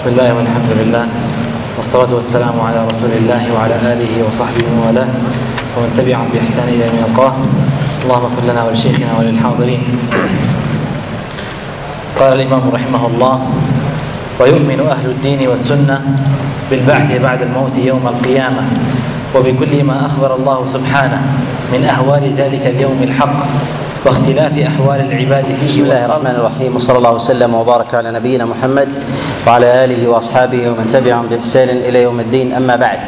بسم الله والحمد لله والصلاة والسلام على رسول الله وعلى آله وصحبه ومن ومن تبعهم بإحسان إلى يوم يلقاه. اللهم اغفر لنا ولشيخنا وللحاضرين. قال الإمام رحمه الله: ويؤمن أهل الدين والسنة بالبعث بعد الموت يوم القيامة وبكل ما أخبر الله سبحانه من أهوال ذلك اليوم الحق واختلاف أحوال العباد فيه. بسم الله الرحمن الرحيم، وصلى الله وسلم وبارك على نبينا محمد وعلى آله وأصحابه ومن تبعهم بإحسان إلى يوم الدين. أما بعد،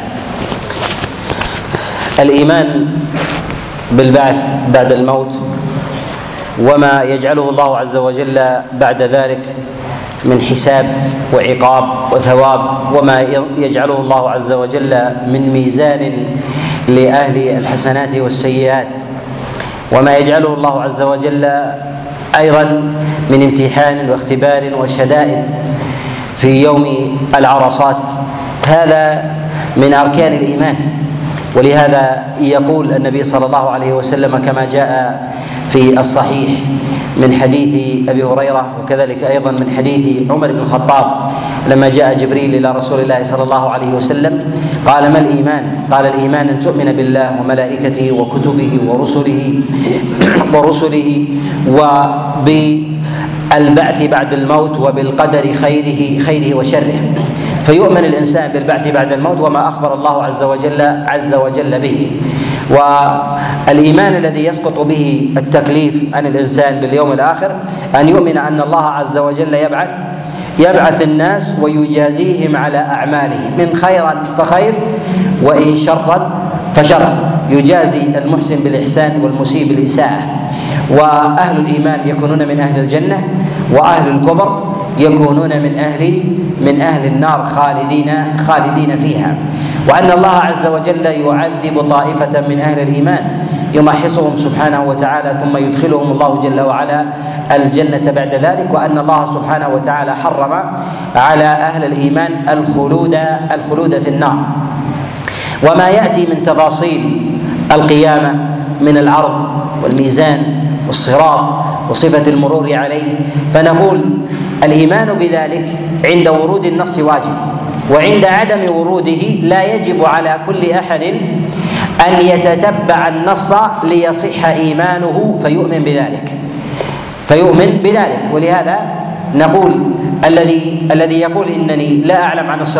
الإيمان بالبعث بعد الموت وما يجعله الله عز وجل بعد ذلك من حساب وعقاب وثواب، وما يجعله الله عز وجل من ميزان لأهل الحسنات والسيئات، وما يجعله الله عز وجل أيضا من امتحان واختبار وشدائد في يوم العرصات، هذا من أركان الإيمان. ولهذا يقول النبي صلى الله عليه وسلم كما جاء في الصحيح من حديث أبي هريرة، وكذلك أيضا من حديث عمر بن الخطاب لما جاء جبريل إلى رسول الله صلى الله عليه وسلم قال: ما الإيمان؟ قال: الإيمان أن تؤمن بالله وملائكته وكتبه ورسله وبالبعث بعد الموت وبالقدر خيره وشره. فيؤمن الإنسان بالبعث بعد الموت وما أخبر الله عز وجل به. والإيمان الذي يسقط به التكليف عن الإنسان باليوم الآخر أن يؤمن أن الله عز وجل يبعث الناس ويجازيهم على أعمالهم، من خيرا فخير وإن شرا فشر، يجازي المحسن بالإحسان والمسيء بالإساءة. وأهل الإيمان يكونون من أهل الجنة، وأهل الكفر يكونون من أهل النار خالدين فيها. وأن الله عز وجل يعذب طائفة من أهل الإيمان يمحصهم سبحانه وتعالى ثم يدخلهم الله جل وعلا الجنة بعد ذلك. وأن الله سبحانه وتعالى حرم على أهل الإيمان الخلود في النار. وما يأتي من تفاصيل القيامة من العرض والميزان والصراط وصفة المرور عليه، فنقول الإيمان بذلك عند ورود النص واجب، وعند عدم وروده لا يجب على كل أحد أن يتتبع النص ليصح إيمانه فيؤمن بذلك. ولهذا نقول الذي يقول إنني لا أعلم عن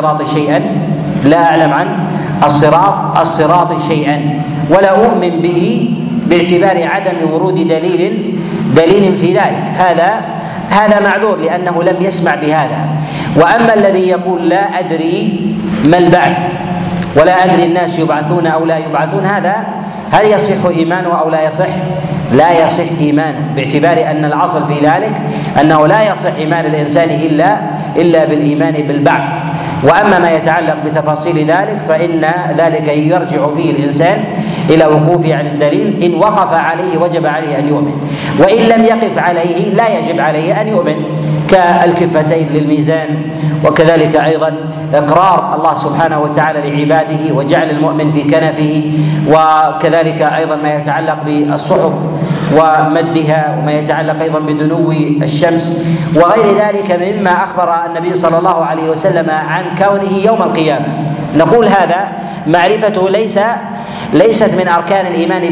الصراط شيئا ولا أؤمن به باعتبار عدم ورود دليل في ذلك، هذا معذور لأنه لم يسمع بهذا. وأما الذي يقول لا أدري ما البعث ولا أدري الناس يبعثون أو لا يبعثون، هل يصح إيمانه أو لا يصح؟ لا يصح إيمانه، باعتبار أن الأصل في ذلك أنه لا يصح إيمان الإنسان إلا بالإيمان بالبعث. وأما ما يتعلق بتفاصيل ذلك فإن ذلك يرجع فيه الإنسان إلى وقوفه عن الدليل. إن وقف عليه وجب عليه أن يؤمن، وإن لم يقف عليه لا يجب عليه أن يؤمن، كالكفتين للميزان، وكذلك أيضا إقرار الله سبحانه وتعالى لعباده وجعل المؤمن في كنفه، وكذلك أيضا ما يتعلق بالصحف ومدها، وما يتعلق أيضا بدنو الشمس وغير ذلك مما أخبر النبي صلى الله عليه وسلم عن كونه يوم القيامة. نقول هذا معرفته ليست من أركان الإيمان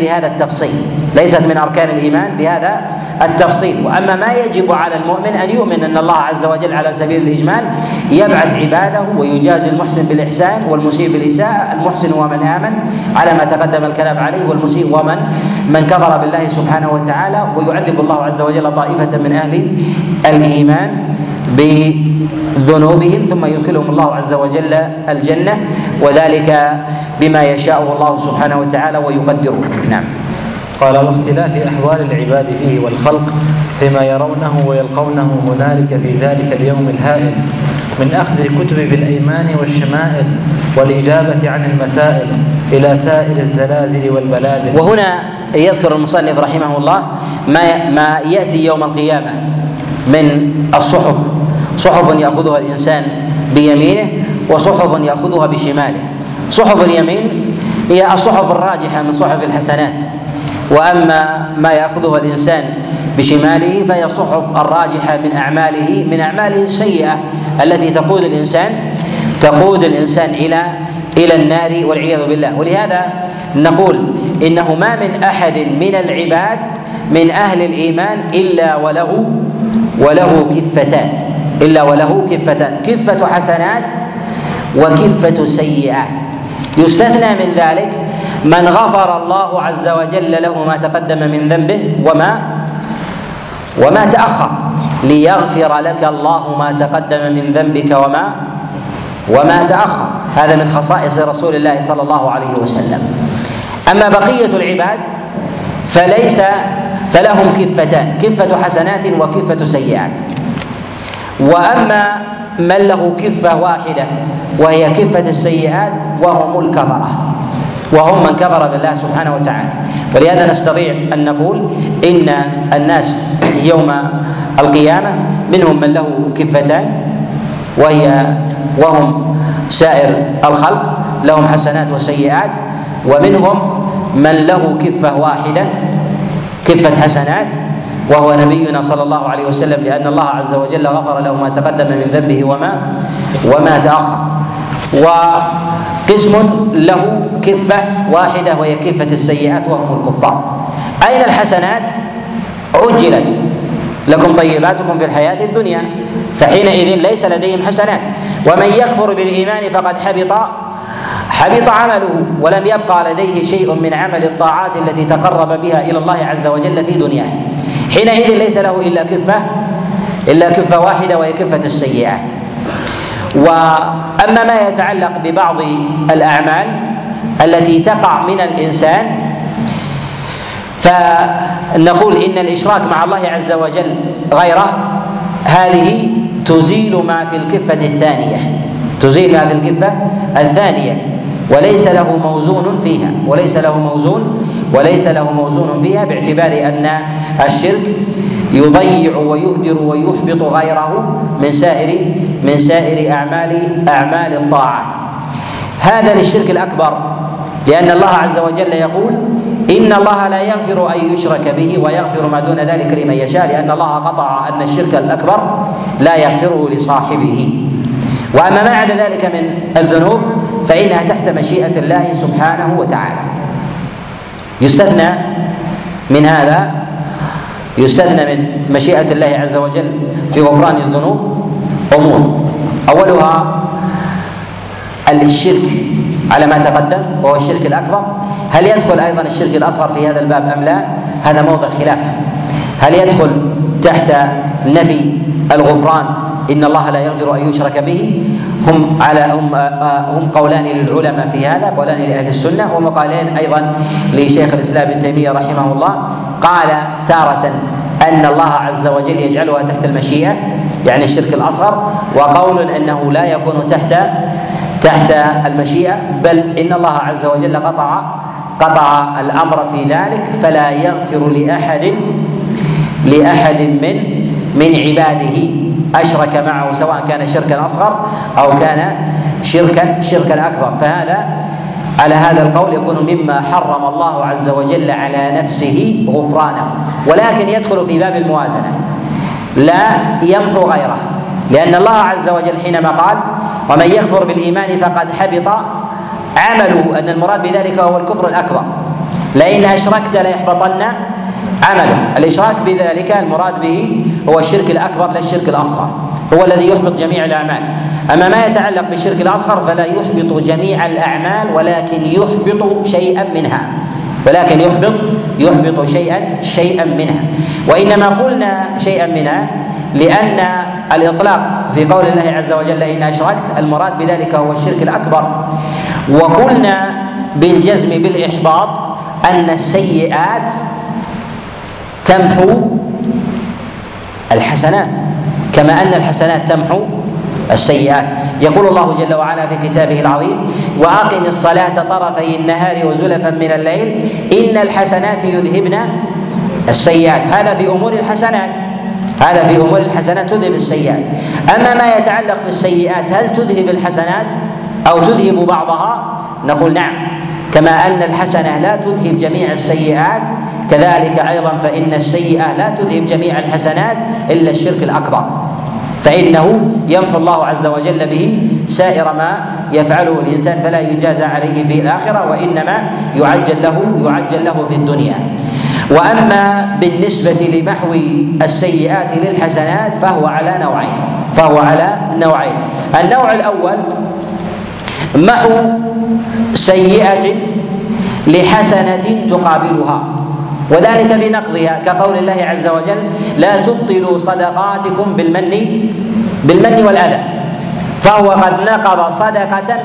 بهذا التفصيل. وأما ما يجب على المؤمن أن يؤمن أن الله عز وجل على سبيل الإجمال يبعث عباده ويجازي المحسن بالإحسان والمسيء بالإساءة. المحسن هو من آمن على ما تقدم الكلام عليه، والمسيء هو من كفر بالله سبحانه وتعالى. ويعذب الله عز وجل طائفة من أهل الإيمان بذنوبهم ثم يدخلهم الله عز وجل الجنة، وذلك بما يشاء الله سبحانه وتعالى ويقدره. نعم. قال: واختلاف أحوال العباد فيه والخلق فيما يرونه ويلقونه هنالك في ذلك اليوم الهائل من أخذ الكتب بالأيمان والشمائل والإجابة عن المسائل إلى سائر الزلازل والبلابل. وهنا يذكر المصنف رحمه الله ما يأتي يوم القيامة من الصحف، صحف يأخذها الإنسان بيمينه وصحف يأخذها بشماله. صحف اليمين هي الصحف الراجحة من صحف الحسنات، وأما ما يأخذها الإنسان بشماله فهي الصحف الراجحة من أعماله السيئة التي تقود الإنسان إلى النار والعياذ بالله. ولهذا نقول إنه ما من أحد من العباد من أهل الإيمان إلا وله كفتان، كفة حسنات وكفة سيئات. يستثنى من ذلك من غفر الله عز وجل له ما تقدم من ذنبه وما تأخر، ليغفر لك الله ما تقدم من ذنبك وما تأخر. هذا من خصائص رسول الله صلى الله عليه وسلم. أما بقية العباد فلهم كفتان، كفة حسنات وكفة سيئات. وأما من له كفة واحدة وهي كفة السيئات وهم من كفر بالله سبحانه وتعالى. ولهذا نستطيع أن نقول إن الناس يوم القيامة منهم من له كفتان وهم سائر الخلق لهم حسنات وسيئات، ومنهم من له كفة واحدة كفة حسنات وهو نبينا صلى الله عليه وسلم، لأن الله عز وجل غفر له ما تقدم من ذنبه وما تأخر. وقسم له كفة واحدة وهي كفة السيئات وهم الكفار. أين الحسنات؟ عجلت لكم طيباتكم في الحياة الدنيا، فحينئذ ليس لديهم حسنات. ومن يكفر بالإيمان فقد حبط عمله ولم يبقى لديه شيء من عمل الطاعات التي تقرب بها إلى الله عز وجل في دنياه. حينئذ ليس له إلا كفة واحدة وهي كفة السيئات. وأما ما يتعلق ببعض الأعمال التي تقع من الإنسان فنقول إن الإشراك مع الله عز وجل غيره هذه تزيل ما في الكفة الثانية وليس له موزون فيها باعتبار أن الشرك يضيع ويهدر ويحبط غيره من سائر أعمال الطاعات. هذا للشرك الأكبر، لأن الله عز وجل يقول إن الله لا يغفر أن يشرك به ويغفر ما دون ذلك لمن يشاء، لأن الله قطع أن الشرك الأكبر لا يغفره لصاحبه. وأما ما عدا ذلك من الذنوب فإنها تحت مشيئة الله سبحانه وتعالى. يستثنى من مشيئة الله عز وجل في غفران الذنوب أمور، أولها الشرك على ما تقدم وهو الشرك الأكبر. هل يدخل أيضا الشرك الأصغر في هذا الباب أم لا؟ هذا موضع خلاف. هل يدخل تحت نفي الغفران إن الله لا يغفر أن يشرك به؟ هم قولان للعلماء في هذا، قولان لأهل السنة ومقالين أيضا لشيخ الإسلام ابن تيمية رحمه الله. قال تارة أن الله عز وجل يجعلها تحت المشيئة يعني الشرك الأصغر، وقول أنه لا يكون تحت المشيئة، بل إن الله عز وجل قطع الأمر في ذلك، فلا يغفر لأحد من عباده أشرك معه سواء كان شركا أصغر أو كان شركا أكبر. فهذا على هذا القول يكون مما حرم الله عز وجل على نفسه غفرانه، ولكن يدخل في باب الموازنة لا يمحو غيره، لأن الله عز وجل حينما قال ومن يكفر بالإيمان فقد حبط عمله، أن المراد بذلك هو الكفر الأكبر، لئن أشركت ليحبطن عمله. الإشراك بذلك المراد به هو الشرك الأكبر لا الشرك الأصغر، هو الذي يحبط جميع الأعمال. أما ما يتعلق بالشرك الأصغر فلا يحبط جميع الأعمال ولكن يحبط شيئا منها. وإنما قلنا شيئا منها لأن الإطلاق في قول الله عز وجل إن أشركت المراد بذلك هو الشرك الأكبر. وقلنا بالجزم بالإحباط أن السيئات تمحو الحسنات كما أن الحسنات تمحو السيئات. يقول الله جل وعلا في كتابه العظيم وأقم الصلاة طرفي النهار وزلفا من الليل إن الحسنات يذهبن السيئات. هذا في أمور الحسنات تذهب السيئات. أما ما يتعلق في السيئات هل تذهب الحسنات أو تذهب بعضها؟ نقول نعم، كما أن الحسنة لا تذهب جميع السيئات كذلك أيضا فإن السيئة لا تذهب جميع الحسنات إلا الشرك الأكبر. فإنه يمحو الله عز وجل به سائر ما يفعله الإنسان فلا يجازى عليه في الآخرة، وإنما يعجل له في الدنيا. وأما بالنسبة لمحو السيئات للحسنات فهو على نوعين. النوع الأول محو سيئة لحسنة تقابلها، وذلك بنقضها، كقول الله عز وجل: لا تبطلوا صدقاتكم بالمن والأذى، فهو قد نقض صدقة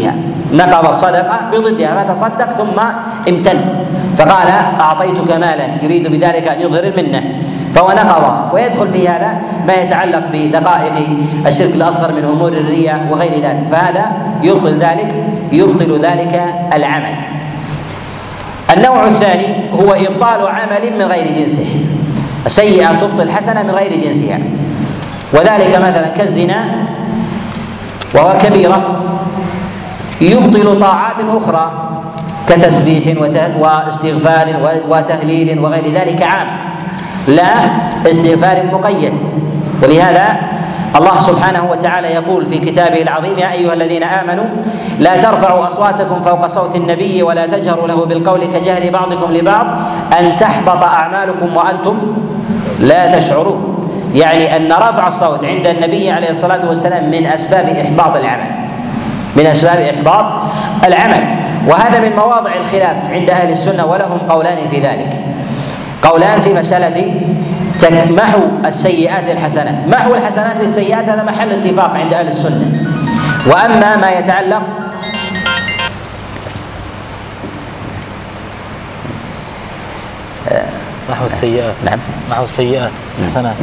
بضدها، فتصدق ثم امتن فقال: أعطيتك مالا، يريد بذلك أن يظهر المنة، فهو نقض. ويدخل في هذا ما يتعلق بدقائق الشرك الأصغر من أمور الرياء وغير ذلك، فهذا يبطل ذلك العمل. النوع الثاني هو إبطال عمل من غير جنسه، السيئة تبطل حسنة من غير جنسها، وذلك مثلا كالزنا، وهو كبيرة يبطل طاعات أخرى كتسبيح واستغفار وتهليل وغير ذلك عام، لا استغفار مقيد. ولهذا الله سبحانه وتعالى يقول في كتابه العظيم: يا أيها الذين آمنوا لا ترفعوا أصواتكم فوق صوت النبي ولا تجهروا له بالقول كجهر بعضكم لبعض أن تحبط أعمالكم وأنتم لا تشعرون. يعني أن رفع الصوت عند النبي عليه الصلاة والسلام من أسباب إحباط العمل، وهذا من مواضع الخلاف عند أهل السنة، ولهم قولان في ذلك، قولان في مسألة محو السيئات للحسنات. محو الحسنات للسيئات هذا محل اتفاق عند أهل السنة. وأما ما يتعلق محو السيئات، نعم، محو السيئات الحسنات.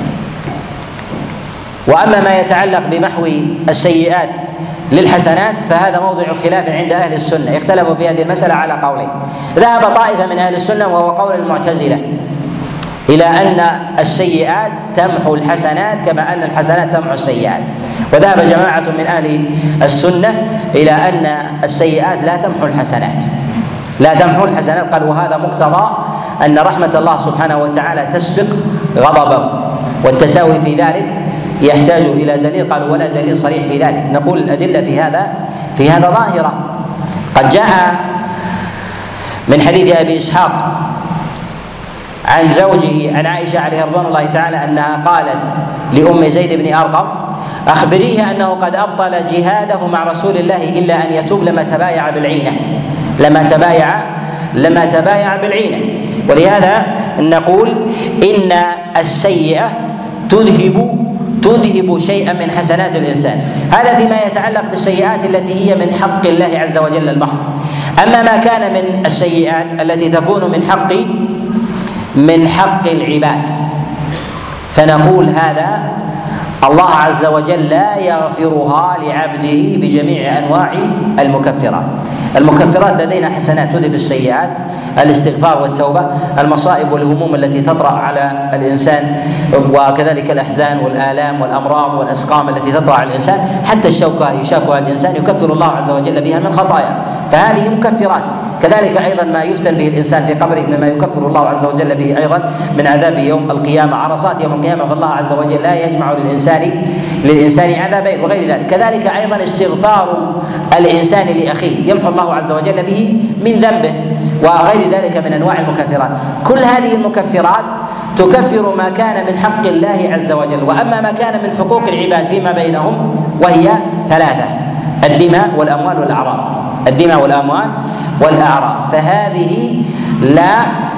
وأما ما يتعلق بمحو السيئات للحسنات فهذا موضع خلاف عند أهل السنة، اختلفوا في هذه المسألة على قولين. ذهب طائفة من أهل السنة وهو قول المعتزلة إلى أن السيئات تمحو الحسنات كما أن الحسنات تمحو السيئات، وذهب جماعة من أهل السنة إلى أن السيئات لا تمحو الحسنات، قال: وهذا مقتضى أن رحمة الله سبحانه وتعالى تسبق غضبه، والتساوي في ذلك يحتاج إلى دليل، قال: ولا دليل صريح في ذلك. نقول الأدلة في هذا ظاهرة. قد جاء من حديث أبي إسحاق عن زوجه عن عائشة عليه رضوان الله تعالى أنها قالت لأم زيد بن أرقم: أخبريه أنه قد أبطل جهاده مع رسول الله إلا أن يتوب لما تبايع بالعينة. ولهذا نقول إن السيئة تذهب شيئا من حسنات الإنسان، هذا فيما يتعلق بالسيئات التي هي من حق الله عز وجل المحض. أما ما كان من السيئات التي تكون من حق العباد فنقول هذا الله عز وجل لا يغفرها لعبده بجميع أنواع المكفرات لدينا حسنات تذهب السيئات: الاستغفار والتوبة، المصائب والهموم التي تطرأ على الإنسان، وكذلك الأحزان والآلام والأمراض والأسقام التي تطرأ على الإنسان، حتى الشوكة يشاكها الإنسان يكفر الله عز وجل بها من خطايا، فهذه مكفرات. كذلك أيضا ما يفتن به الإنسان في قبره مما يكفر الله عز وجل به أيضا من عذاب يوم القيامة، عرصات يوم القيامة، فالله عز وجل لا يجمع للإنسان عذابين وغير ذلك. كذلك أيضا استغفار الإنسان لأخيه يمحو الله عز وجل به من ذنبه، وغير ذلك من أنواع المكفرات. كل هذه المكفرات تكفر ما كان من حق الله عز وجل. وأما ما كان من حقوق العباد فيما بينهم وهي ثلاثة: الدماء والأموال والأعراض، فهذه لا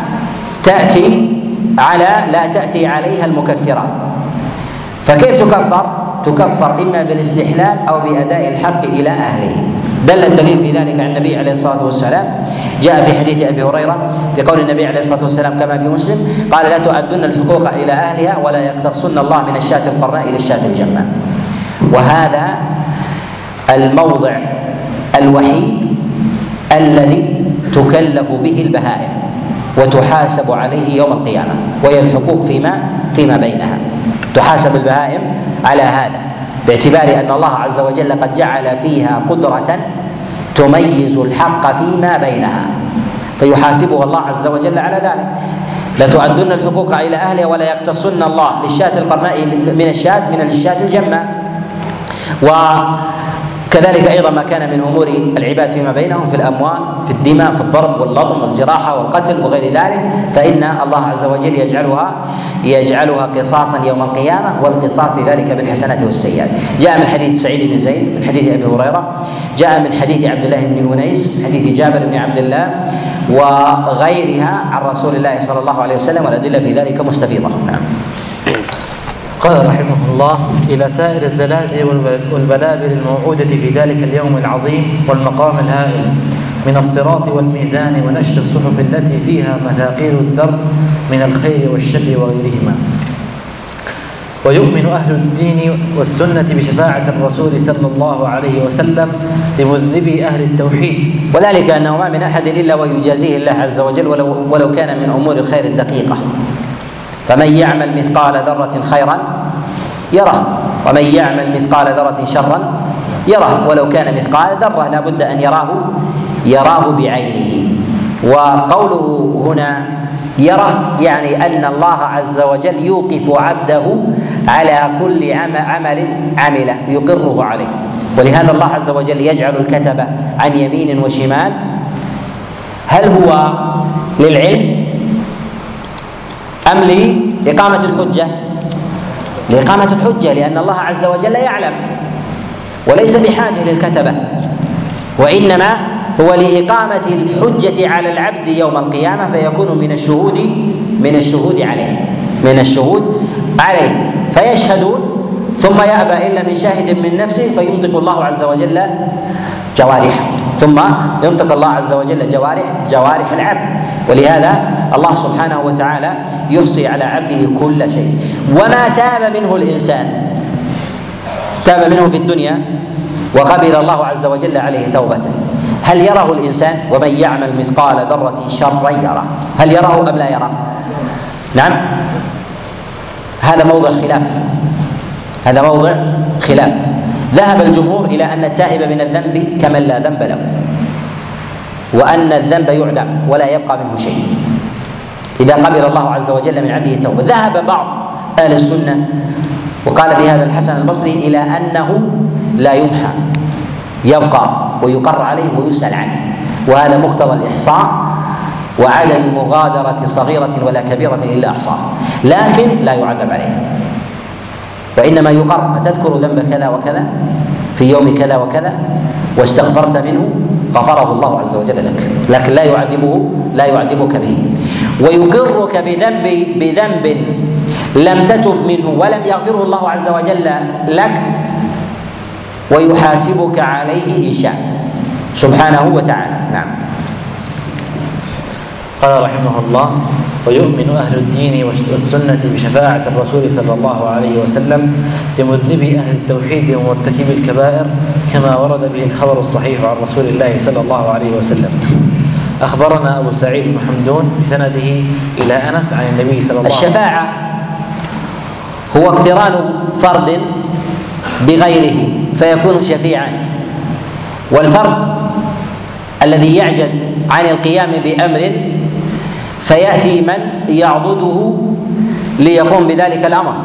تأتي عليها المكفرات. فكيف تكفر إما بالاستحلال أو بأداء الحق إلى أهله. دل الدليل في ذلك عن النبي عليه الصلاة والسلام، جاء في حديث أبي هريرة في قول النبي عليه الصلاة والسلام كما في مسلم قال: لا تؤدن الحقوق إلى أهلها ولا يقتصن الله من الشاة القرناء إلى الشاة الجماء. وهذا الموضع الوحيد الذي تكلف به البهائم وتحاسب عليه يوم القيامة، وهي الحقوق فيما بينها. تحاسب البهائم على هذا باعتبار أن الله عز وجل قد جعل فيها قدرة تميز الحق فيما بينها، فيحاسبها الله عز وجل على ذلك. لتؤدن الحقوق إلى أهلها ولا يقتصن الله للشاة القرناء من الشاة الجمة. وكذلك أيضا ما كان من أمور العباد فيما بينهم في الأموال، في الدماء، في الضرب واللطم والجراحة والقتل وغير ذلك، فإن الله عز وجل يجعلها قصاصا يوم القيامة، والقصاص في ذلك بالحسنات والسيئات. جاء من حديث سعيد بن زيد، من حديث أبي هريرة، جاء من حديث عبد الله بن أنيس، حديث جابر بن عبد الله وغيرها عن رسول الله صلى الله عليه وسلم، والأدلة في ذلك مستفيضة. نعم. قال رحمه الله: إلى سائر الزلازل والبلابل الموعودة في ذلك اليوم العظيم والمقام الهائل من الصراط والميزان ونشر الصحف التي فيها مثاقيل الدر من الخير والشر وغيرهما. ويؤمن أهل الدين والسنة بشفاعة الرسول صلى الله عليه وسلم لمذنبي أهل التوحيد، وذلك أنه ما من أحد إلا ويجازيه الله عز وجل ولو كان من أمور الخير الدقيقة. فمن يعمل مثقال ذرة خيرا يره، ومن يعمل مثقال ذرة شرا يره، ولو كان مثقال ذرة لا بد أن يراه بعينه. وقوله هنا يره يعني أن الله عز وجل يوقف عبده على كل عمل عمله يقره عليه، ولهذا الله عز وجل يجعل الكتب عن يمين وشمال. هل هو للعلم أم لإقامة الحجة؟ لإقامة الحجة، لأن الله عز وجل يعلم وليس بحاجة للكتبة، وإنما هو لإقامة الحجة على العبد يوم القيامة، فيكون من الشهود عليه فيشهدون، ثم يأبى إلا من شاهد من نفسه فينطق الله عز وجل جوارحه، ثم ينطق الله عز وجل جوارح العبد. ولهذا الله سبحانه وتعالى يحصي على عبده كل شيء. وما تاب منه الإنسان، تاب منه في الدنيا وقبل الله عز وجل عليه توبته، هل يره الإنسان؟ ومن يعمل مثقال ذرة شرا يره، هل يره أم لا يره؟ نعم، هذا موضع خلاف. ذهب الجمهور إلى أن التائب من الذنب كمن لا ذنب له، وأن الذنب يعدم ولا يبقى منه شيء إذا قبل الله عز وجل من عبده توبة. ذهب بعض أهل السنة وقال بهذا الحسن البصري إلى أنه لا يمحى، يبقى ويقر عليه ويسأل عنه، وهذا مقتضى الإحصاء وعدم مغادرة صغيرة ولا كبيرة إلا أحصاها، لكن لا يعذب عليه، وإنما يقر: تذكر ذنب كذا وكذا في يوم كذا وكذا واستغفرت منه غفره الله عز وجل لك، لكن لا يعذبك به. ويقرك بذنب لم تتب منه ولم يغفره الله عز وجل لك، ويحاسبك عليه إن شاء سبحانه وتعالى. نعم. قال رحمه الله: ويؤمن أهل الدين والسنة بشفاعة الرسول صلى الله عليه وسلم لمذنبي أهل التوحيد ومرتكبي الكبائر، كما ورد به الخبر الصحيح عن رسول الله صلى الله عليه وسلم. أخبرنا أبو سعيد محمدون بسنده إلى أنس عن النبي صلى الله عليه وسلم. الشفاعة هو اقتران فرد بغيره فيكون شفيعا، والفرد الذي يعجز عن القيام بأمر فيأتي من يعضده ليقوم بذلك الأمر.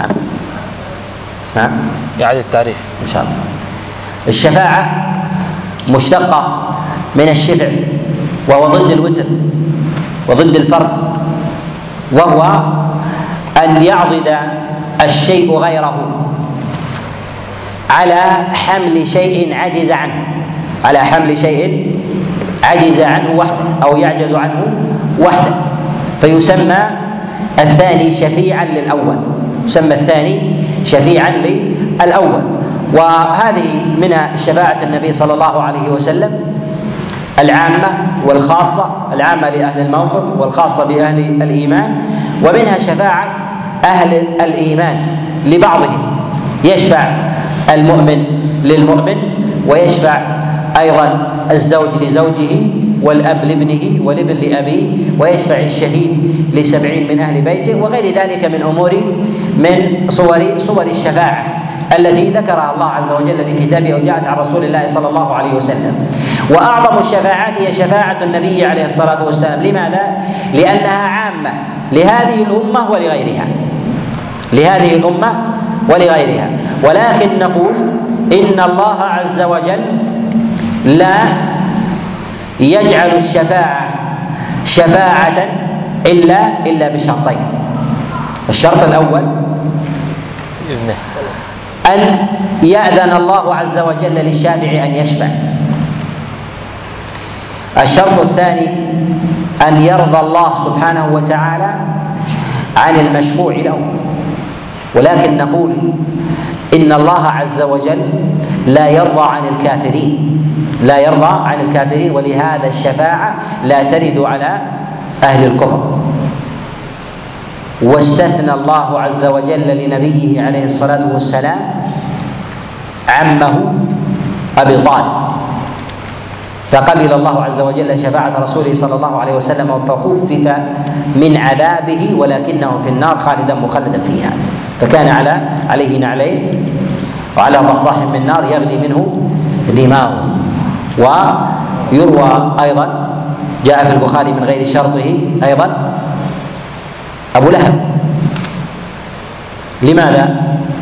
نعم. يعد التعريف إن شاء الله. الشفاعة مشتقة من الشفع، وهو ضد الوتر وضد الفرد، وهو أن يعضد الشيء غيره على حمل شيء عجز عنه وحده أو يعجز عنه وحده، فيسمى الثاني شفيعا للأول. وهذه منها شفاعة النبي صلى الله عليه وسلم العامة والخاصة، العامة لأهل الموقف والخاصة بأهل الإيمان، ومنها شفاعة أهل الإيمان لبعضهم، يشفع المؤمن للمؤمن، ويشفع أيضا الزوج لزوجه والأب لابنه والابن لأبيه، ويشفع الشهيد ل70 من أهل بيته، وغير ذلك من صور الشفاعة التي ذكرها الله عز وجل في كتابه وجاءت عن رسول الله صلى الله عليه وسلم. وأعظم الشفاعات هي شفاعة النبي عليه الصلاة والسلام. لماذا؟ لأنها عامة لهذه الأمة ولغيرها، لهذه الأمة ولغيرها. ولكن نقول إن الله عز وجل لا يجعل الشفاعة شفاعة إلا بشرطين. الشرط الأول أن يأذن الله عز وجل للشافع أن يشفع. الشرط الثاني أن يرضى الله سبحانه وتعالى عن المشفوع له. ولكن نقول إن الله عز وجل لا يرضى عن الكافرين، لا يرضى عن الكافرين، ولهذا الشفاعة لا ترد على أهل الكفر. واستثنى الله عز وجل لنبيه عليه الصلاة والسلام عمه أبي طالب، فقبل الله عز وجل شفاعة رسوله صلى الله عليه وسلم فخفف من عذابه، ولكنه في النار خالدا مخلدا فيها، فكان عليه نعلين وعلى ضحضاح من نار يغلي منه دماؤه. ويروى أيضا جاء في البخاري من غير شرطه أيضا أبو لهب. لماذا؟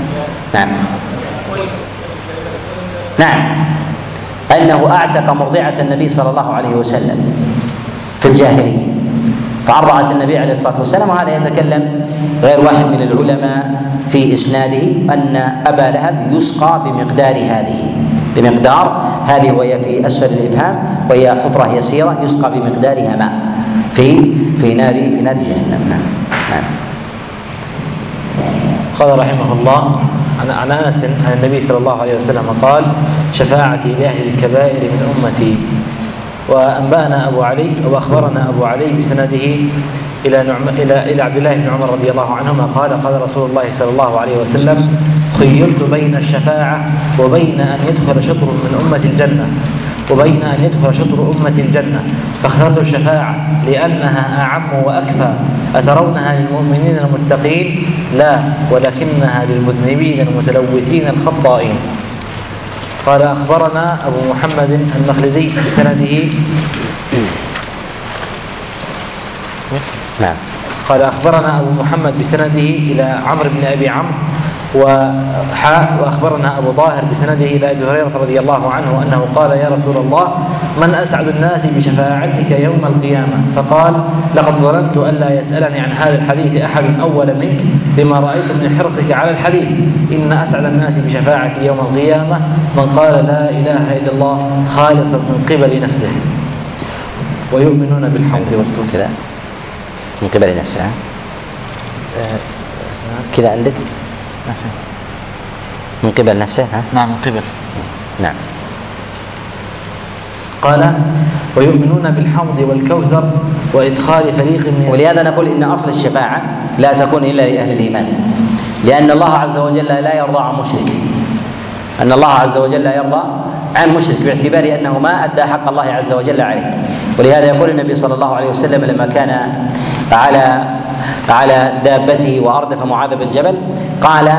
نعم أنه أعتق مرضعة النبي صلى الله عليه وسلم في الجاهلية، فأرضعت النبي عليه الصلاة والسلام. وهذا يتكلم غير واحد من العلماء في إسناده أن أبا لهب يسقى بمقدار هذه، وهي في أسفل الإبهام، وهي حفرة يسيرة يسقى بمقدارها ماء في نار جهنم. نعم. قال رحمه الله عن أنس عن النبي صلى الله عليه وسلم قال: شفاعتي لأهل الكبائر من أمتي. وأنبأنا أبو علي وأخبرنا أبو علي بسنده إلى عبد الله بن عمر رضي الله عنهما قال: قال رسول الله صلى الله عليه وسلم: خيرت بين الشفاعة وبين أن يدخل شطر من أمة الجنة فاخترت الشفاعة لأنها أعم وأكفى. أترونها للمؤمنين المتقين؟ لا، ولكنها للمذنبين المتلوثين الخطائين. قال: أخبرنا أبو محمد المخلدي بسنده قال: أخبرنا أبو محمد بسنده إلى عمرو بن أبي عمرو وأخبرنا أبو طاهر بسنده إلى أبي هريرة رضي الله عنه أنه قال: يا رسول الله، من أسعد الناس بشفاعتك يوم القيامة؟ فقال: لقد ظننت ألا يسألني عن هذا الحديث أحد أول منك، لما رأيت من حرصك على الحديث. إن أسعد الناس بشفاعتي يوم القيامة من قال لا إله إلا الله خالصا من قبل نفسه. ويؤمنون بالحوض والكوثر من قبل نفسه. كذا عندك؟ ما فهمت. من قبل نفسه؟ نعم، من قبل. نعم. قال: ويؤمنون بالحوض والكوثر وإدخال فريق من. ولهذا نقول إن أصل الشفاعة لا تكون إلا لأهل الإيمان، لأن الله عز وجل لا يرضى عن مشرك. أن الله عز وجل لا يرضى عن مشرك باعتبار أنه ما أدى حق الله عز وجل عليه. ولهذا يقول النبي صلى الله عليه وسلم لما كان على دابته وأردف معاذ بن جبل قال: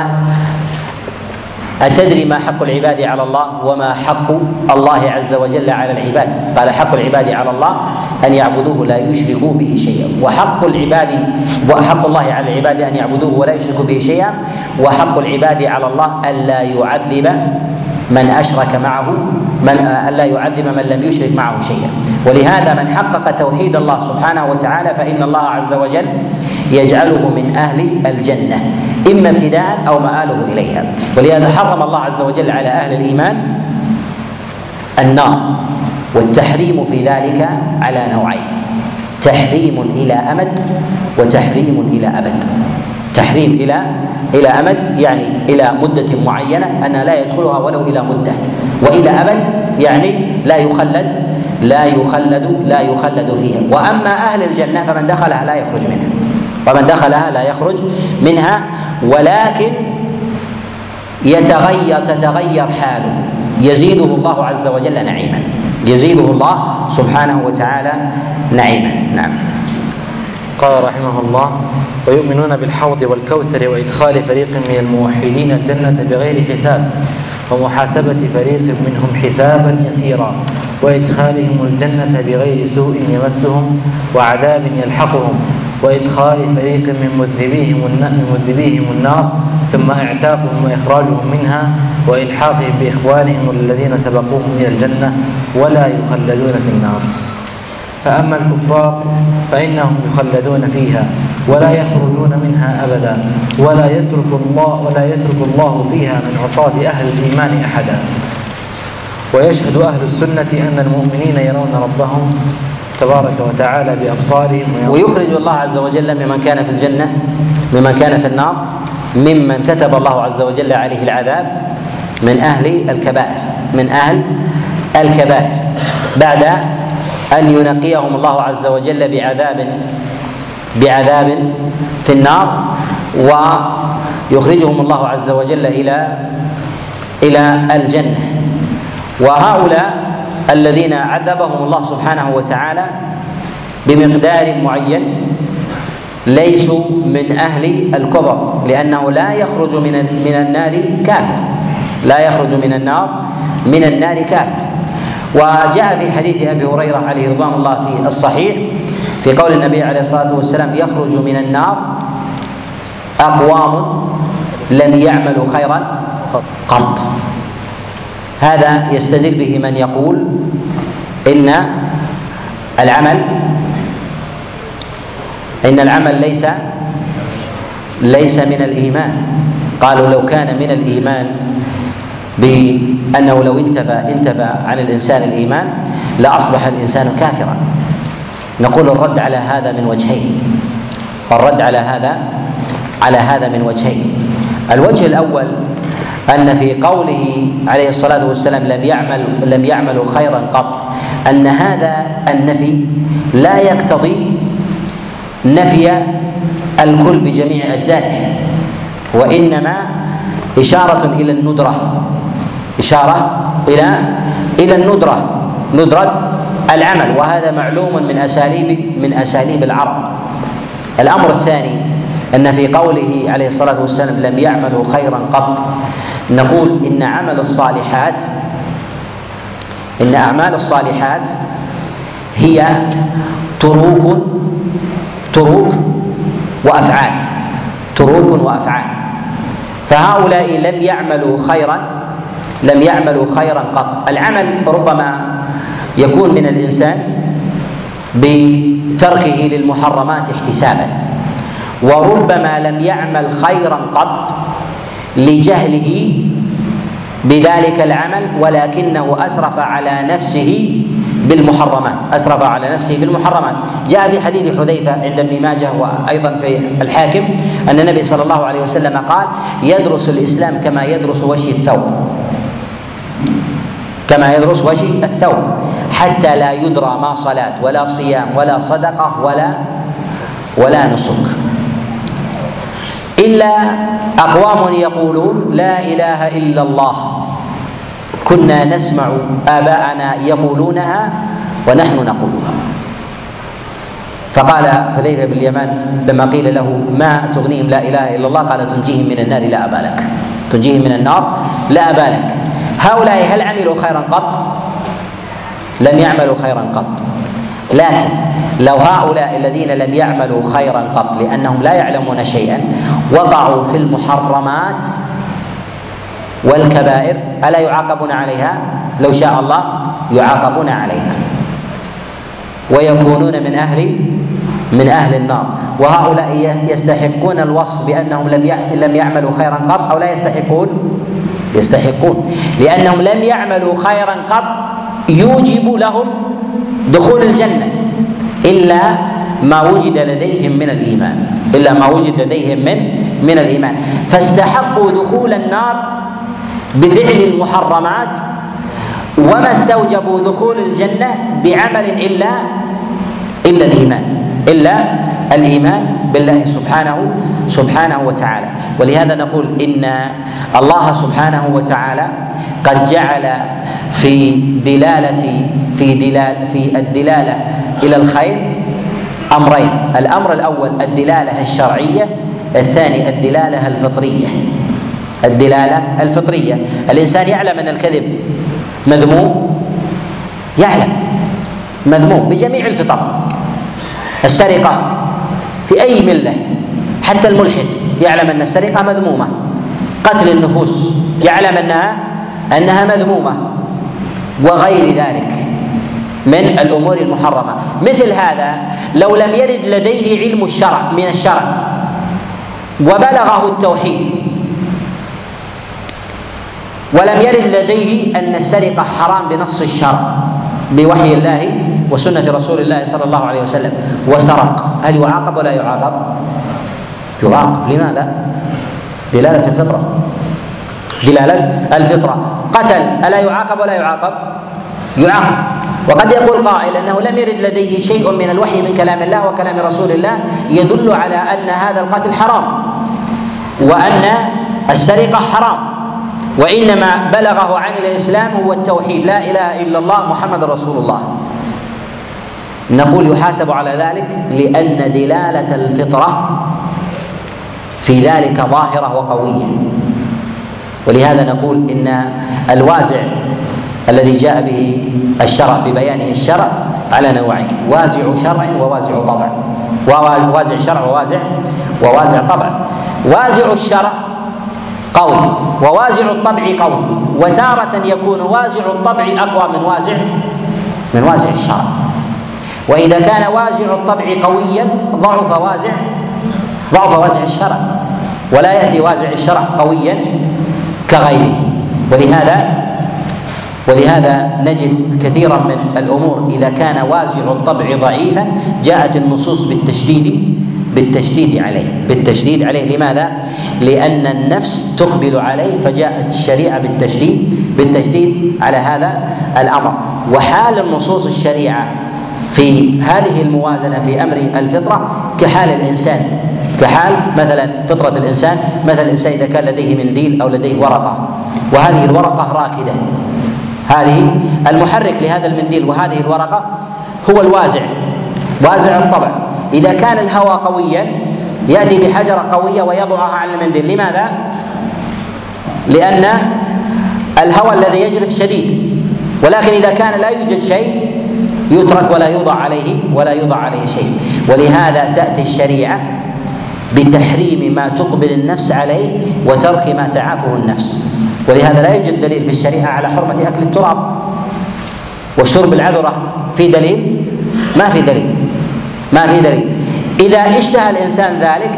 أتدري ما حق العباد على الله وما حق الله عز وجل على العباد؟ قال: حق العباد على الله أن يعبدوه لا يشركوا به شيئا، وحق الله على العباد أن يعبدوه ولا يشركوا به شيئا، وحق العباد على الله ألا يعذب من أشرك معه ألا يعذب من لم يشرك معه شيئا. ولهذا من حقق توحيد الله سبحانه وتعالى فإن الله عز وجل يجعله من أهل الجنة، إما ابتداء أو مآله إليها. ولهذا حرم الله عز وجل على أهل الإيمان النار، والتحريم في ذلك على نوعين: تحريم إلى أمد وتحريم إلى أبد. تحريم إلى أمد يعني إلى مدة معينة أن لا يدخلها ولو إلى مدة، وإلى أبد يعني لا يخلد فيها. وأما أهل الجنة فمن دخلها لا يخرج منها، ولكن تتغير حاله، يزيده الله عز وجل نعيما، يزيده الله سبحانه وتعالى نعيما. نعم. قال رحمه الله: ويؤمنون بالحوض والكوثر وإدخال فريق من الموحدين الجنة بغير حساب، ومحاسبة فريق منهم حسابا يسيرا، وإدخالهم الجنة بغير سوء يمسهم وعذاب يلحقهم، وإدخال فريق من مذنبيهم النار ثم إعتاقهم وإخراجهم منها وإلحاقهم بإخوانهم الذين سبقوهم إلى الجنة ولا يخلدون في النار. فأما الكفار فإنهم يخلدون فيها ولا يخرجون منها أبدا ولا يترك الله فيها من عصاة أهل الإيمان أحدا. ويشهد أهل السنة أن المؤمنين يرون ربهم تبارك وتعالى بأبصارهم ويخرج الله عز وجل ممن كان في الجنة ممن كان في النار ممن كتب الله عز وجل عليه العذاب من أهل الكبائر بعد أن ينقيهم الله عز وجل بعذاب في النار ويخرجهم الله عز وجل إلى الجنة. وهؤلاء الذين عذبهم الله سبحانه وتعالى بمقدار معين ليسوا من أهل الكفر، لأنه لا يخرج من النار كافر. وجاء في حديث أبي هريرة عليه رضوان الله في الصحيح في قول النبي عليه الصلاة والسلام: يخرج من النار أقوام لم يعملوا خيرا قط. هذا يستدل به من يقول إن العمل ليس من الإيمان. قالوا لو كان من الإيمان بأنه لو انتفى عن الإنسان الإيمان لأصبح الإنسان كافرا. نقول الرد على هذا من وجهين. الوجه الأول أن في قوله عليه الصلاة والسلام لم يعملوا خيرا قط أن هذا النفي لا يقتضي نفي الكل بجميع أجزائه، وإنما إشارة إلى الندرة، ندرة العمل، وهذا معلوم من أساليب العرب. الأمر الثاني أن في قوله عليه الصلاة والسلام لم يعملوا خيرا قط نقول إن أعمال الصالحات هي تروك وأفعال. فهؤلاء لم يعملوا خيرا قط. العمل ربما يكون من الإنسان بتركه للمحرمات احتسابا، وربما لم يعمل خيرا قط لجهله بذلك العمل، ولكنه أسرف على نفسه بالمحرمات. جاء في حديث حذيفة عند ابن ماجه وأيضا في الحاكم أن النبي صلى الله عليه وسلم قال: يدرس الإسلام كما يدرس وشي الثوب حتى لا يدرى ما صلاة ولا صيام ولا صدقة ولا نسك، إلا أقوام يقولون لا إله إلا الله كنا نسمع آباءنا يقولونها ونحن نقولها. فقال حذيفة بن اليمان لما قيل له ما تغنيهم لا إله إلا الله قال: تنجيهم من النار لا أبا لك. هؤلاء هل عملوا خيرا قط؟ لم يعملوا خيرا قط. لكن لو هؤلاء الذين لم يعملوا خيرا قط لأنهم لا يعلمون شيئا وقعوا في المحرمات والكبائر ألا يعاقبون عليها؟ لو شاء الله يعاقبون عليها ويكونون من أهل النار. وهؤلاء يستحقون الوصف بأنهم لم يعملوا خيرا قط أو لا يستحقون، لأنهم لم يعملوا خيرا قط يوجب لهم دخول الجنة إلا ما وجد لديهم من الإيمان، فاستحقوا دخول النار بفعل المحرمات، وما استوجبوا دخول الجنة بعمل إلا الإيمان بالله سبحانه وتعالى. ولهذا نقول إن الله سبحانه وتعالى قد جعل في الدلالة إلى الخير أمرين: الأمر الأول الدلالة الشرعية، الثاني الدلالة الفطرية. الإنسان يعلم أن الكذب مذموم بجميع الفطر. السرقة في أي ملة، حتى الملحد يعلم أن السرقة مذمومة، قتل النفوس يعلم أنها مذمومة، وغير ذلك من الأمور المحرمة. مثل هذا لو لم يرد لديه علم الشرع من الشرع وبلغه التوحيد ولم يرد لديه أن السرقة حرام بنص الشرع بوحي الله وسنة رسول الله صلى الله عليه وسلم وسرق، هل يعاقب ولا يعاقب؟ يعاقب. لماذا؟ دلالة الفطرة، دلالة الفطرة. قتل ألا يعاقب ولا يعاقب؟ يعاقب. وقد يقول قائل أنه لم يرد لديه شيء من الوحي من كلام الله وكلام رسول الله يدل على أن هذا القتل حرام وأن السرقة حرام، وإنما بلغه عن الإسلام هو التوحيد، لا إله إلا الله محمد رسول الله. نقول يحاسب على ذلك لأن دلالة الفطرة في ذلك ظاهرة وقوية. ولهذا نقول إن الوازع الذي جاء به الشرع ببيانه الشرع على نوعين: وازع شرع ووازع طبع، ووازع شرع ووازع طبع. وازع الشرع قوي ووازع الطبع قوي، وتارة يكون وازع الطبع أقوى من وازع الشرع. وإذا كان وازع الطبع قويا ضعف وازع الشرع، ولا يأتي وازع الشرع قويا كغيره. ولهذا نجد كثيرا من الأمور إذا كان وازع الطبع ضعيفا جاءت النصوص بالتشديد عليه. لماذا؟ لأن النفس تقبل عليه، فجاءت الشريعة بالتشديد على هذا الأمر. وحال النصوص الشريعة في هذه الموازنة في أمر الفطرة كحال الإنسان، كحال مثلا فطرة الإنسان. مثلا الإنسان إذا كان لديه منديل أو لديه ورقة، وهذه الورقة راكدة، هذه المحرك لهذا المنديل وهذه الورقة هو وازع الطبع. إذا كان الهواء قويا يأتي بحجرة قوية ويضعها على المنديل. لماذا؟ لأن الهواء الذي يجرف شديد، ولكن إذا كان لا يوجد شيء يترك ولا يوضع عليه شيء. ولهذا تأتي الشريعة بتحريم ما تقبل النفس عليه وترك ما تعافه النفس. ولهذا لا يوجد دليل في الشريعة على حرمة أكل التراب وشرب العذرة. في دليل؟ ما في دليل. إذا اشتهى الإنسان ذلك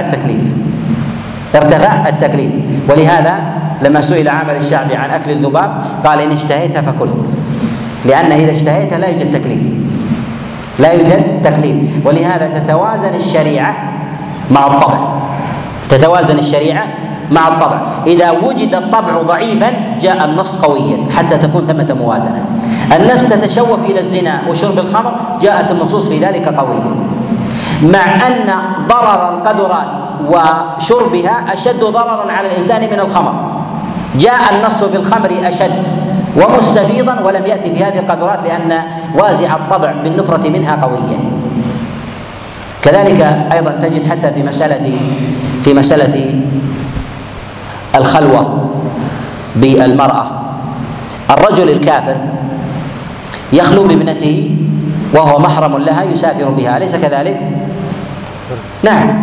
ارتفع التكليف. ولهذا لما سئل عامر الشعبي عن أكل الذباب قال: إن اشتهيتها فكل، لأن إذا اشتهيتها لا يوجد تكليف. ولهذا تتوازن الشريعة مع الطبع. إذا وجد الطبع ضعيفا جاء النص قويا حتى تكون ثمة موازنة. النفس تتشوف إلى الزنا وشرب الخمر، جاءت النصوص في ذلك قوية، مع أن ضرر القذرات وشربها أشد ضررا على الإنسان من الخمر. جاء النص في الخمر أشد ومستفيضا، ولم يأتي في هذه القذرات لأن وازع الطبع بالنفرة منها قويا. كذلك أيضا تجد حتى في مسألة الخلوة بالمرأة، الرجل الكافر يخلو بابنته وهو محرم لها يسافر بها، أليس كذلك؟ نعم.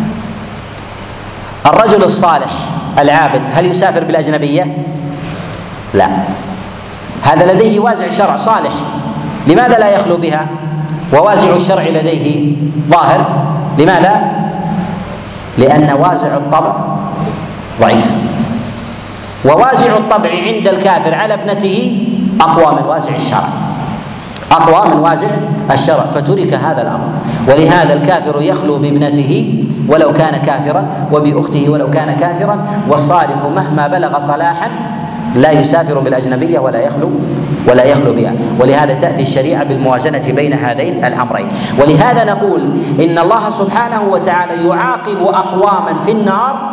الرجل الصالح العابد هل يسافر بالأجنبية؟ لا، هذا لديه وازع شرع صالح، لماذا لا يخلو بها ووازع الشرع لديه ظاهر؟ لماذا؟ لأن وازع الطبع ضعيف، ووازع الطبع عند الكافر على ابنته أقوى من وازع الشرع، فترك هذا الأمر. ولهذا الكافر يخلو بابنته ولو كان كافرا وبأخته ولو كان كافرا، والصالح مهما بلغ صلاحا لا يسافر بالأجنبية ولا يخلو بها. ولهذا تأتي الشريعة بالموازنة بين هذين الأمرين. ولهذا نقول إن الله سبحانه وتعالى يعاقب أقواما في النار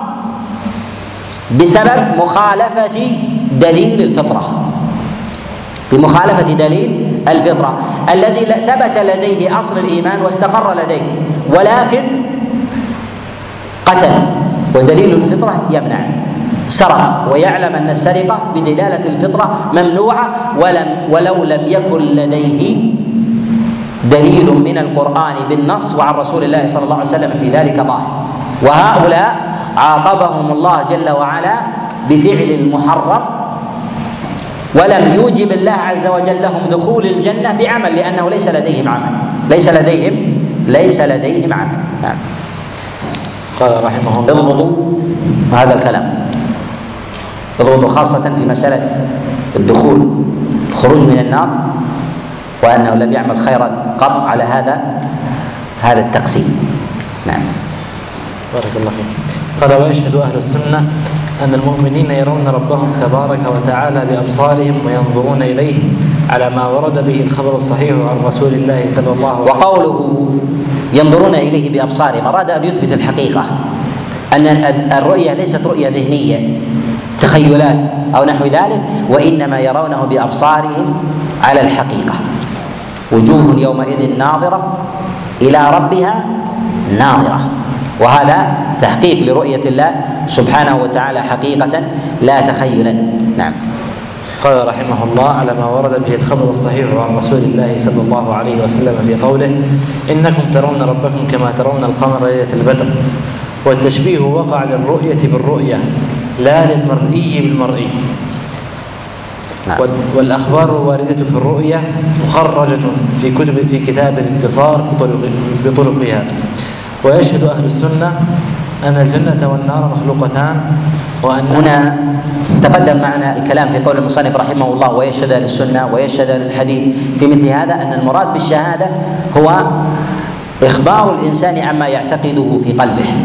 بسبب مخالفة دليل الفطرة، الذي ثبت لديه أصل الإيمان واستقر لديه، ولكن قتل، ودليل الفطرة يمنع. سرق ويعلم أن السرقة بدلالة الفطرة ممنوعة ولو لم يكن لديه دليل من القرآن بالنص وعن رسول الله صلى الله عليه وسلم في ذلك ظاهر. وهؤلاء عاقبهم الله جل وعلا بفعل المحرم، ولم يوجب الله عز وجل لهم دخول الجنة بعمل، لأنه ليس لديهم عمل، ليس لديهم عمل. نعم. قال رحمه الله: اضبطوا هذا الكلام، اضبطوا خاصة في مسألة الخروج من النار، وأنه لم يعمل خيرا قط على هذا التقسيم. نعم. بارك الله فيك. قال: ويشهد أهل السنة أن المؤمنين يرون ربهم تبارك وتعالى بأبصارهم وينظرون إليه على ما ورد به الخبر الصحيح عن رسول الله صلى الله عليه وسلم. وقوله ينظرون إليه بأبصارهم أراد أن يثبت الحقيقة، أن الرؤية ليست رؤية ذهنية تخيلات أو نحو ذلك، وإنما يرونه بأبصارهم على الحقيقة. وجوه يومئذ ناظرة إلى ربها ناظرة، وهذا تحقيق لرؤية الله سبحانه وتعالى حقيقة لا تخيلا. نعم. قال رحمه الله: على ما ورد به الخبر الصحيح عن رسول الله صلى الله عليه وسلم في قوله: إنكم ترون ربكم كما ترون القمر ليلة البدر. والتشبيه وقع للرؤية بالرؤية لا للمرئي بالمرئي. نعم. والأخبار الواردة في الرؤية مخرجة في كتاب الانتصار بطرقها. ويشهد أهل السنة أن الجنة والنار مخلوقتان، وأن هنا تقدم معنا الكلام في قول المصنف رحمه الله: ويشهد أهل السنة ويشهد أهل الحديث. في مثل هذا أن المراد بالشهادة هو إخبار الإنسان عما يعتقده في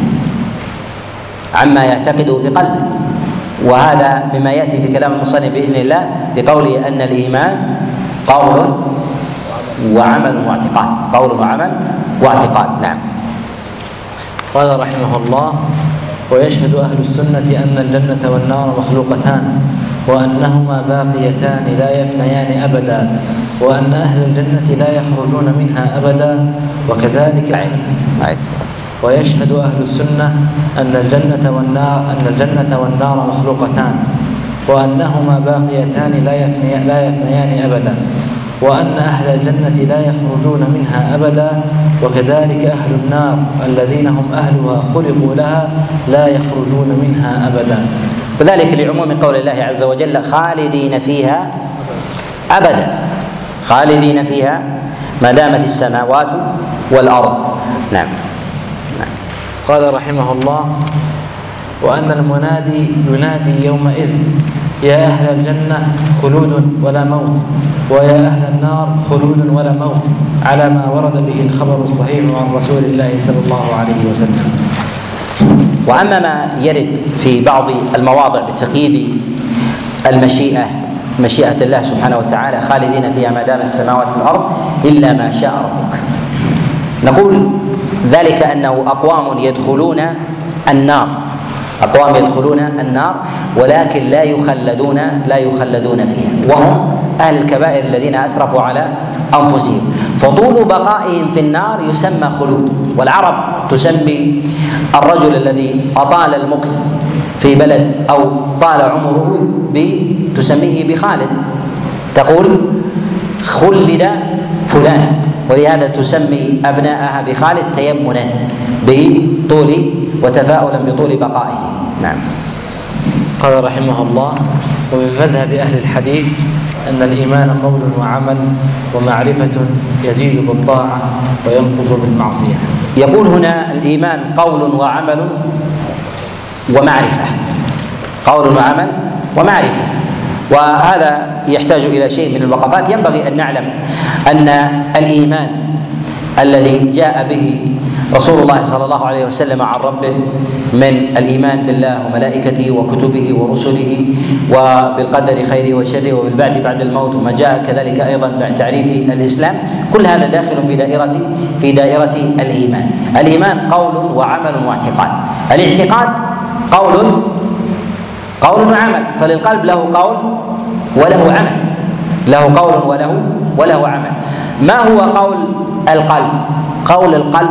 قلبه، وهذا مما يأتي في كلام المصنف بإذن الله بقوله أن الإيمان قول وعمل واعتقاد. نعم. قال رحمه الله: ويشهد أهل السنة أن الجنة والنار مخلوقتان، وأنهما باقيتان لا يفنيان أبدا، وأن أهل الجنة لا يخرجون منها أبدا، وكذلك ويشهد أهل السنة أن الجنة والنار مخلوقتان، وأنهما باقيتان لا يفنيان أبدا، وأن أهل الجنة لا يخرجون منها أبدا، وكذلك أهل النار الذين هم أهلها خلقوا لها لا يخرجون منها أبدا. وذلك لعموم قول الله عز وجل: خالدين فيها أبدا، خالدين فيها ما دامت السماوات والأرض. نعم. قال رحمه الله: وأن المنادي ينادي يومئذ: يا أهل الجنة خلود ولا موت، ويا أهل النار خلود ولا موت، على ما ورد به الخبر الصحيح عن رسول الله صلى الله عليه وسلم. وأما ما يرد في بعض المواضع بتقييد مشيئة الله سبحانه وتعالى: خالدين فيها ما دامت السماوات والأرض إلا ما شاء ربك، نقول ذلك أنه أقوام يدخلون النار ولكن لا يخلدون فيها، وهم أهل الكبائر الذين أسرفوا على أنفسهم، فطول بقائهم في النار يسمى خلود. والعرب تسمي الرجل الذي أطال المكث في بلد أو طال عمره تسميه بخالد، تقول خلد فلان، ولهذا تسمي أبناءها بخالد تيمنا بطول وتفاؤلا بطول بقائه. نعم. قال رحمه الله: ومن مذهب أهل الحديث أن الإيمان قول وعمل ومعرفة يزيد بالطاعة وينقص بالمعصية. يقول هنا الإيمان قول وعمل ومعرفة، وهذا يحتاج إلى شيء من الوقفات. ينبغي أن نعلم أن الإيمان الذي جاء به رسول الله صلى الله عليه وسلم عن ربه من الإيمان بالله وملائكته وكتبه ورسله وبالقدر خيره وشره وبالبعث بعد الموت وما جاء كذلك أيضا بعد تعريف الإسلام، كل هذا داخل في دائرة الإيمان. الإيمان قول وعمل واعتقاد. الاعتقاد قول وعمل، فللقلب له قول وله عمل. ما هو قول القلب؟ قول القلب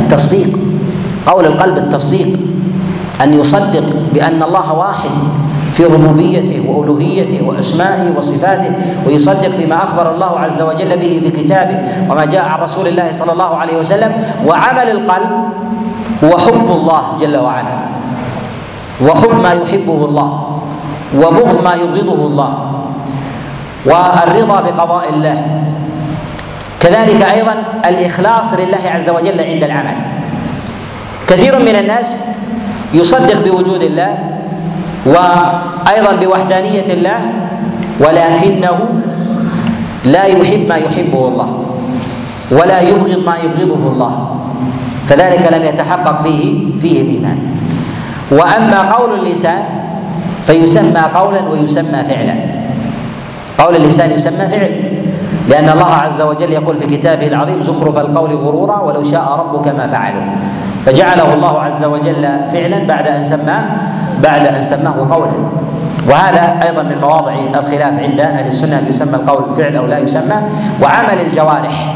التصديق، أن يصدق بأن الله واحد في ربوبيته وألوهيته وأسمائه وصفاته، ويصدق فيما أخبر الله عز وجل به في كتابه وما جاء عن رسول الله صلى الله عليه وسلم. وعمل القلب هو حب الله جل وعلا، وحب ما يحبه الله، وبغض ما يبغضه الله، والرضا بقضاء الله. كذلك أيضا الإخلاص لله عز وجل عند العمل. كثير من الناس يصدق بوجود الله وأيضا بوحدانية الله، ولكنه لا يحب ما يحبه الله ولا يبغض ما يبغضه الله، فذلك لم يتحقق فيه الإيمان. وأما قول اللسان فيسمى قولا ويسمى فعلا. قول اللسان يسمى فعل، لأن الله عز وجل يقول في كتابه العظيم: زخرف القول غرورا ولو شاء ربك ما فعلوا، فجعله الله عز وجل فعلا بعد أن سماه قولا. وهذا أيضا من مواضع الخلاف عند أهل السنة، هل يسمى القول فعل أو لا يسمى. وعمل الجوارح،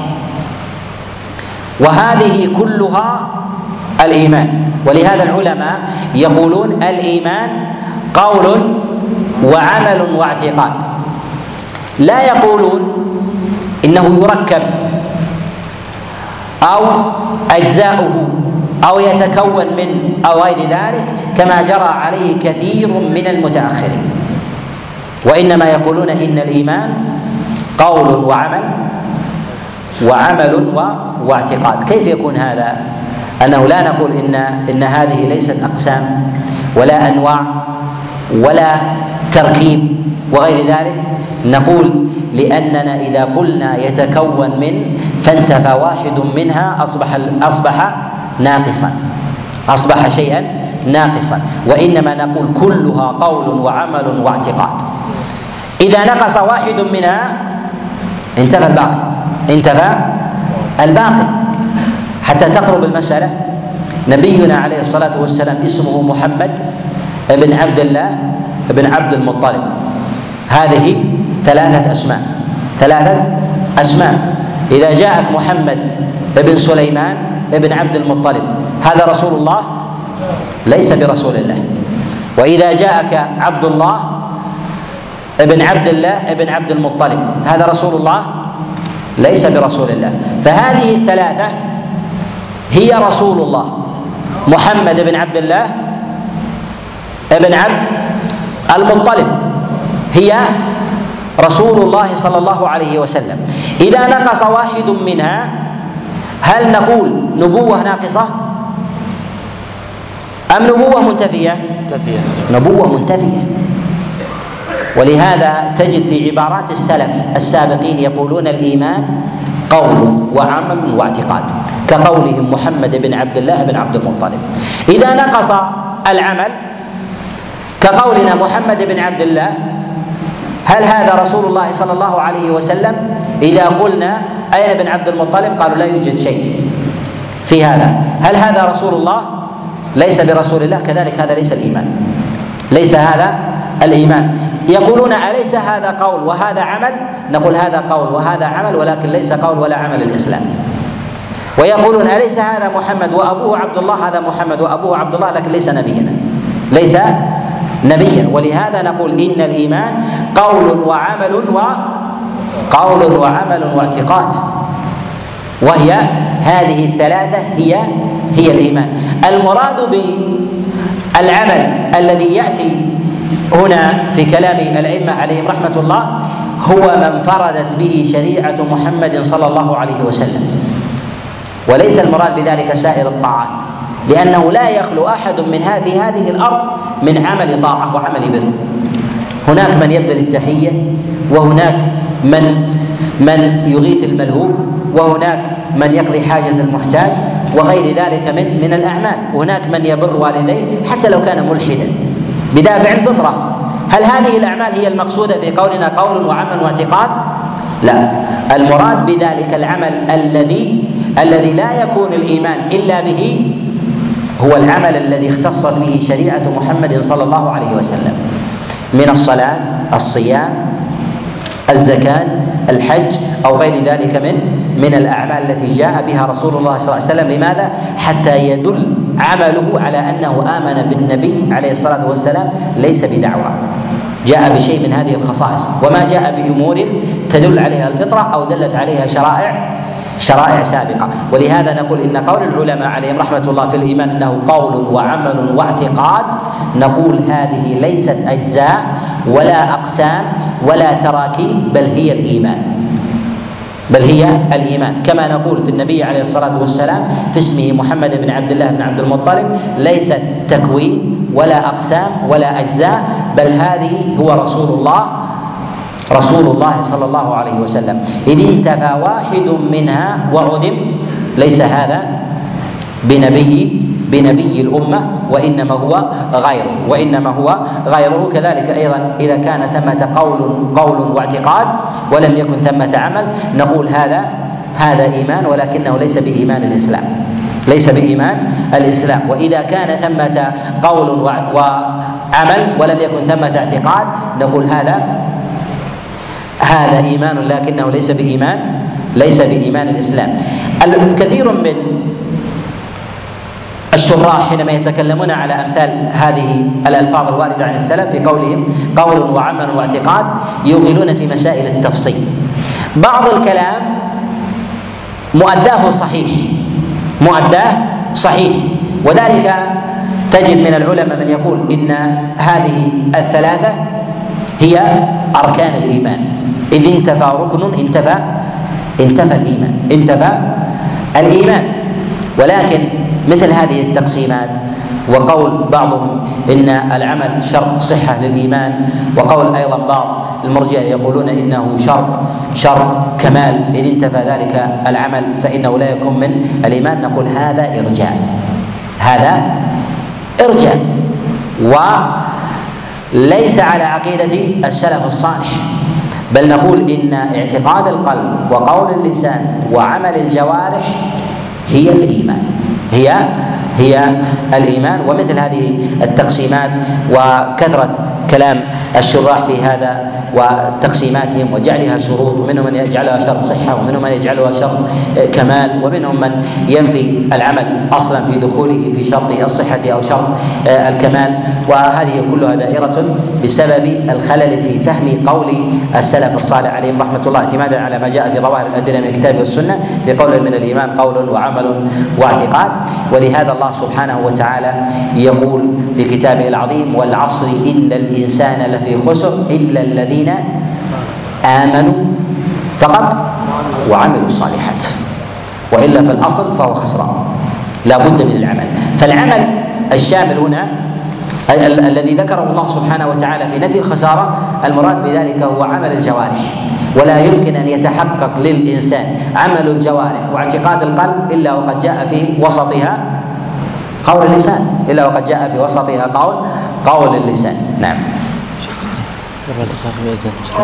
وهذه كلها الإيمان. ولهذا العلماء يقولون الإيمان قول وعمل واعتقاد، لا يقولون إنه يركب أو أجزاؤه أو يتكون من أو غير ذلك كما جرى عليه كثير من المتأخرين، وإنما يقولون إن الإيمان قول وعمل واعتقاد. كيف يكون هذا؟ أنه لا نقول إن هذه ليست أقسام ولا أنواع ولا تركيب وغير ذلك، نقول لأننا إذا قلنا يتكون من فانتفى واحد منها أصبح ناقصا، أصبح شيئا ناقصا، وإنما نقول كلها قول وعمل واعتقاد. إذا نقص واحد منها انتفى الباقي. حتى تقرب المسألة، نبينا عليه الصلاة والسلام اسمه محمد بن عبد الله بن عبد المطلب. هذه ثلاثة أسماء. إذا جاءك محمد بن سليمان بن عبد المطلب هذا رسول الله؟ ليس برسول الله. وإذا جاءك عبد الله بن عبد الله بن عبد المطلب هذا رسول الله؟ ليس برسول الله. فهذه الثلاثة هي رسول الله: محمد بن عبد الله بن عبد المطلب هي رسول الله صلى الله عليه وسلم. إذا نقص واحد منها هل نقول نبوة ناقصة أم نبوة منتفية؟ نبوة منتفية. ولهذا تجد في عبارات السلف السابقين يقولون الإيمان قول وعمل واعتقاد، كقولهم محمد بن عبد الله بن عبد المطلب. إذا نقص العمل كقولنا محمد بن عبد الله، هل هذا رسول الله صلى الله عليه وسلم؟ إذا قلنا أين بن عبد المطلب قالوا لا يوجد شيء في هذا. هل هذا رسول الله؟ ليس برسول الله. كذلك هذا ليس الإيمان، ليس هذا الإيمان. يقولون أليس هذا قول وهذا عمل؟ نقول هذا قول وهذا عمل، ولكن ليس قول ولا عمل الإسلام. ويقولون أليس هذا محمد وأبوه عبد الله؟ هذا محمد وأبوه عبد الله، لكن ليس نبينا، ليس نبيا. ولهذا نقول إن الإيمان قول وعمل واعتقاد، وهي هذه الثلاثة هي الإيمان. المراد بالعمل الذي يأتي هنا في كلام الأئمة عليهم رحمة الله هو ما انفردت به شريعة محمد صلى الله عليه وسلم، وليس المراد بذلك سائر الطاعات، لأنه لا يخلو أحد منها في هذه الأرض من عمل طاعة وعمل بر. هناك من يبذل التحية، وهناك من يغيث الملهوف، وهناك من يقضي حاجة المحتاج وغير ذلك من الأعمال. وهناك من يبر والديه حتى لو كان ملحدا بدافع الفطرة. هل هذه الأعمال هي المقصودة في قولنا قول وعمل واعتقاد؟ لا، المراد بذلك العمل الذي لا يكون الإيمان إلا به هو العمل الذي اختصت به شريعة محمد صلى الله عليه وسلم من الصلاة، الصيام، الزكاة، الحج أو غير ذلك من الأعمال التي جاء بها رسول الله صلى الله عليه وسلم. لماذا؟ حتى يدل عمله على أنه آمن بالنبي عليه الصلاة والسلام ليس بدعوة، جاء بشيء من هذه الخصائص، وما جاء بأمور تدل عليها الفطرة أو دلت عليها شرائع سابقة. ولهذا نقول إن قول العلماء عليهم رحمة الله في الإيمان أنه قول وعمل واعتقاد، نقول هذه ليست أجزاء ولا أقسام ولا تراكيب، بل هي الإيمان. كما نقول في النبي عليه الصلاة والسلام في اسمه محمد بن عبد الله بن عبد المطلب ليست تكوين ولا أقسام ولا أجزاء، بل هذه هو رسول الله صلى الله عليه وسلم. إذ انتفى واحد منها وعدم ليس هذا بنبي الأمة وإنما هو غيره. كذلك أيضا إذا كان ثمة قول واعتقاد ولم يكن ثمة عمل، نقول هذا إيمان ولكنه ليس بإيمان الإسلام. وإذا كان ثمة قول وعمل ولم يكن ثمة اعتقاد، نقول هذا إيمان لكنه ليس بإيمان الإسلام. الكثير من الشراح حينما يتكلمون على أمثال هذه الألفاظ الواردة عن السلف في قولهم قول وعمل واعتقاد يغيلون في مسائل التفصيل. بعض الكلام مؤداه صحيح، وذلك تجد من العلماء من يقول إن هذه الثلاثة هي أركان الإيمان، إذ انتفى ركن انتفى الإيمان. ولكن مثل هذه التقسيمات، وقول بعضهم إن العمل شرط صحة للإيمان، وقول أيضا بعض المرجئة يقولون إنه شرط كمال، إذ انتفى ذلك العمل فإنه لا يكون من الإيمان، نقول هذا إرجاء وليس على عقيدة السلف الصالح، بل نقول إن اعتقاد القلب وقول اللسان وعمل الجوارح هي الإيمان. ومثل هذه التقسيمات وكثرة كلام الشراح في هذا وتقسيماتهم وجعلها شروط، ومنهم من يجعلها شرط صحة، ومنهم من يجعلها شرط كمال، ومنهم من ينفي العمل أصلا في دخوله في شرط الصحة أو شرط الكمال. وهذه كلها دائرة بسبب الخلل في فهم قول السلف الصالح عليهم رحمة الله، اعتمادا على ما جاء في ظواهر الأدلة من الكتاب والسنة في قول من الإيمان قول وعمل واعتقاد. ولهذا الله سبحانه وتعالى يقول في كتابه العظيم والعصر إن الإنسان لفي خسر إلا الذين آمنوا فقط وعملوا الصالحات، وإلا في الأصل فهو خسران، لا بد من العمل. فالعمل الشامل هنا الذي ذكره الله سبحانه وتعالى في نفي الخسارة، المراد بذلك هو عمل الجوارح، ولا يمكن أن يتحقق للإنسان عمل الجوارح واعتقاد القلب إلا وقد جاء في وسطها قول اللسان. نعم.